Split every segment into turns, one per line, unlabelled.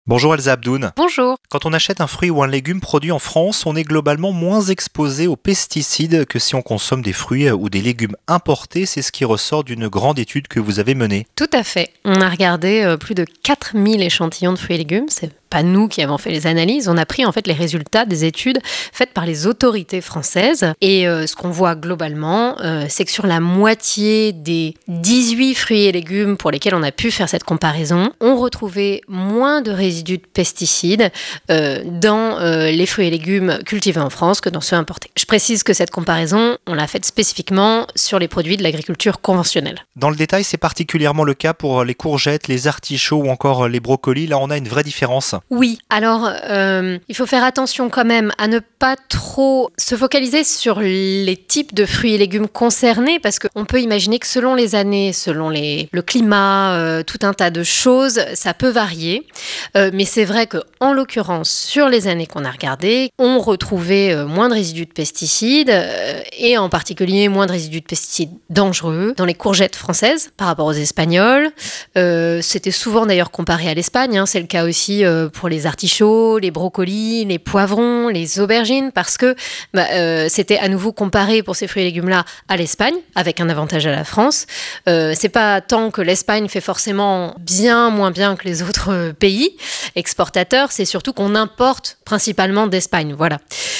Bonjour Elsa Abdoun.
Bonjour.
Quand on achète un fruit ou un légume produit en France, on est globalement moins exposé aux pesticides que si on consomme des fruits ou des légumes importés. C'est ce qui ressort d'une grande étude que vous avez menée.
Tout à fait. On a regardé plus de 4000 échantillons de fruits et légumes. C'est pas nous qui avons fait les analyses. On a pris en fait les résultats des études faites par les autorités françaises. Et ce qu'on voit globalement, c'est que sur la moitié des 18 fruits et légumes pour lesquels on a pu faire cette comparaison, on retrouvait moins de résidus de pesticides dans les fruits et légumes cultivés en France que dans ceux importés. Je précise que cette comparaison, on l'a faite spécifiquement sur les produits de l'agriculture conventionnelle.
Dans le détail, c'est particulièrement le cas pour les courgettes, les artichauts ou encore les brocolis. Là, on a une vraie différence.
Oui, alors il faut faire attention quand même à ne pas trop se focaliser sur les types de fruits et légumes concernés parce qu'on peut imaginer que selon les années, selon le climat, tout un tas de choses, ça peut varier. Mais c'est vrai qu'en l'occurrence, sur les années qu'on a regardées, on retrouvait moins de résidus de pesticides et en particulier moins de résidus de pesticides dangereux dans les courgettes françaises par rapport aux espagnoles. C'était souvent d'ailleurs comparé à l'Espagne, c'est le cas aussi pour les artichauts, les brocolis, les poivrons, les aubergines, parce que c'était à nouveau comparé pour ces fruits et légumes-là à l'Espagne, avec un avantage à la France. C'est pas tant que l'Espagne fait forcément bien moins bien que les autres pays exportateurs, c'est surtout qu'on importe principalement d'Espagne. Voilà.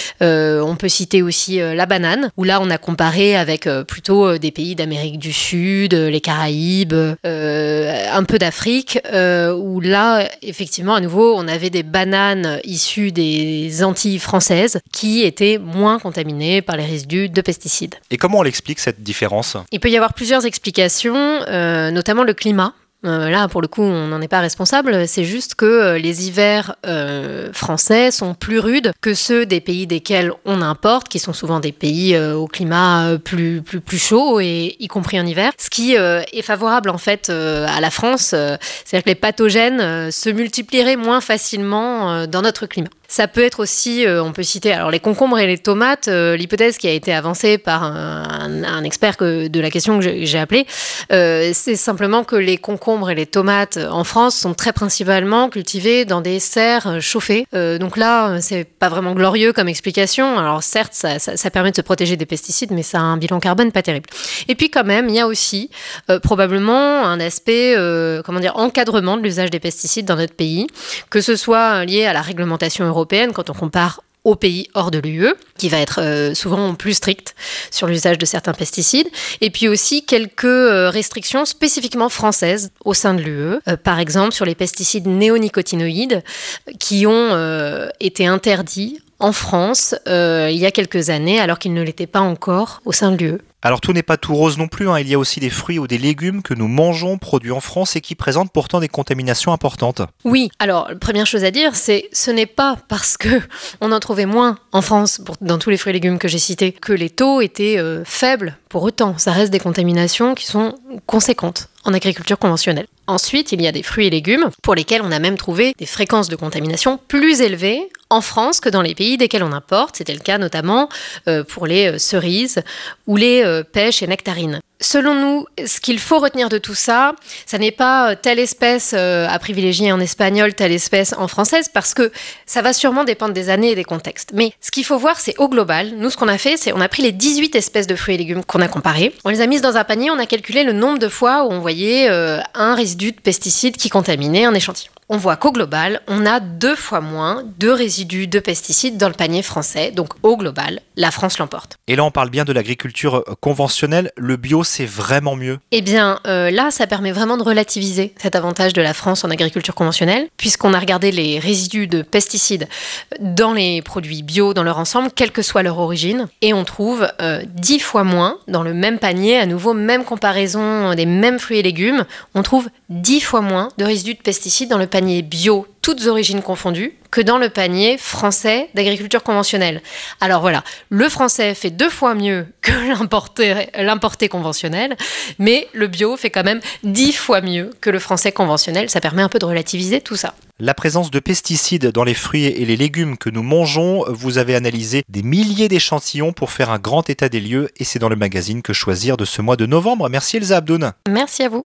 On peut citer aussi la banane, où là on a comparé avec plutôt des pays d'Amérique du Sud, les Caraïbes, un peu d'Afrique, où là effectivement à nouveau on avait des bananes issues des Antilles françaises qui étaient moins contaminées par les résidus de pesticides.
Et comment on l'explique cette différence ?
Il peut y avoir plusieurs explications, notamment le climat. Là, pour le coup, on n'en est pas responsable. C'est juste que les hivers français sont plus rudes que ceux des pays desquels on importe, qui sont souvent des pays au climat plus chaud, et y compris en hiver. Ce qui est favorable en fait à la France, c'est-à-dire que les pathogènes se multiplieraient moins facilement dans notre climat. Ça peut être aussi, on peut citer alors les concombres et les tomates, l'hypothèse qui a été avancée par un expert de la question que j'ai appelé, c'est simplement que les concombres et les tomates en France sont très principalement cultivés dans des serres chauffées. Donc là, c'est pas vraiment glorieux comme explication. Alors certes, ça permet de se protéger des pesticides, mais ça a un bilan carbone pas terrible. Et puis quand même, il y a aussi probablement un aspect, encadrement de l'usage des pesticides dans notre pays, que ce soit lié à la réglementation européenne quand on compare aux pays hors de l'UE, qui va être souvent plus strict sur l'usage de certains pesticides, et puis aussi quelques restrictions spécifiquement françaises au sein de l'UE, par exemple sur les pesticides néonicotinoïdes qui ont été interdits en France il y a quelques années, alors qu'ils ne l'étaient pas encore au sein de l'UE.
Alors tout n'est pas tout rose non plus, il y a aussi des fruits ou des légumes que nous mangeons produits en France et qui présentent pourtant des contaminations importantes.
Oui, alors la première chose à dire, c'est ce n'est pas parce qu'on en trouvait moins en France, dans tous les fruits et légumes que j'ai cités, que les taux étaient faibles pour autant. Ça reste des contaminations qui sont conséquentes en agriculture conventionnelle. Ensuite, il y a des fruits et légumes pour lesquels on a même trouvé des fréquences de contamination plus élevées en France que dans les pays desquels on importe. C'était le cas notamment pour les cerises ou les pêches et nectarines. Selon nous, ce qu'il faut retenir de tout ça, ça n'est pas telle espèce à privilégier en espagnol, telle espèce en française, parce que ça va sûrement dépendre des années et des contextes. Mais ce qu'il faut voir, c'est au global. Nous, ce qu'on a fait, c'est on a pris les 18 espèces de fruits et légumes qu'on a comparées, on les a mises dans un panier, on a calculé le nombre de fois où on voyait un résidu de pesticides qui contaminait un échantillon. On voit qu'au global, on a 2 fois moins de résidus de pesticides dans le panier français. Donc au global, la France l'emporte.
Et là, on parle bien de l'agriculture conventionnelle. Le bio, c'est vraiment mieux.
Eh bien, là, ça permet vraiment de relativiser cet avantage de la France en agriculture conventionnelle, puisqu'on a regardé les résidus de pesticides dans les produits bio dans leur ensemble, quelle que soit leur origine, et on trouve 10 fois moins dans le même panier, à nouveau, même comparaison des mêmes fruits et légumes, on trouve 10 fois moins de résidus de pesticides dans le panier bio, toutes origines confondues, que dans le panier français d'agriculture conventionnelle. Alors voilà, le français fait 2 fois mieux que l'importé conventionnel, mais le bio fait quand même 10 fois mieux que le français conventionnel. Ça permet un peu de relativiser tout ça.
La présence de pesticides dans les fruits et les légumes que nous mangeons, vous avez analysé des milliers d'échantillons pour faire un grand état des lieux et c'est dans le magazine Que choisir de ce mois de novembre. Merci Elsa Abdoun.
Merci à vous.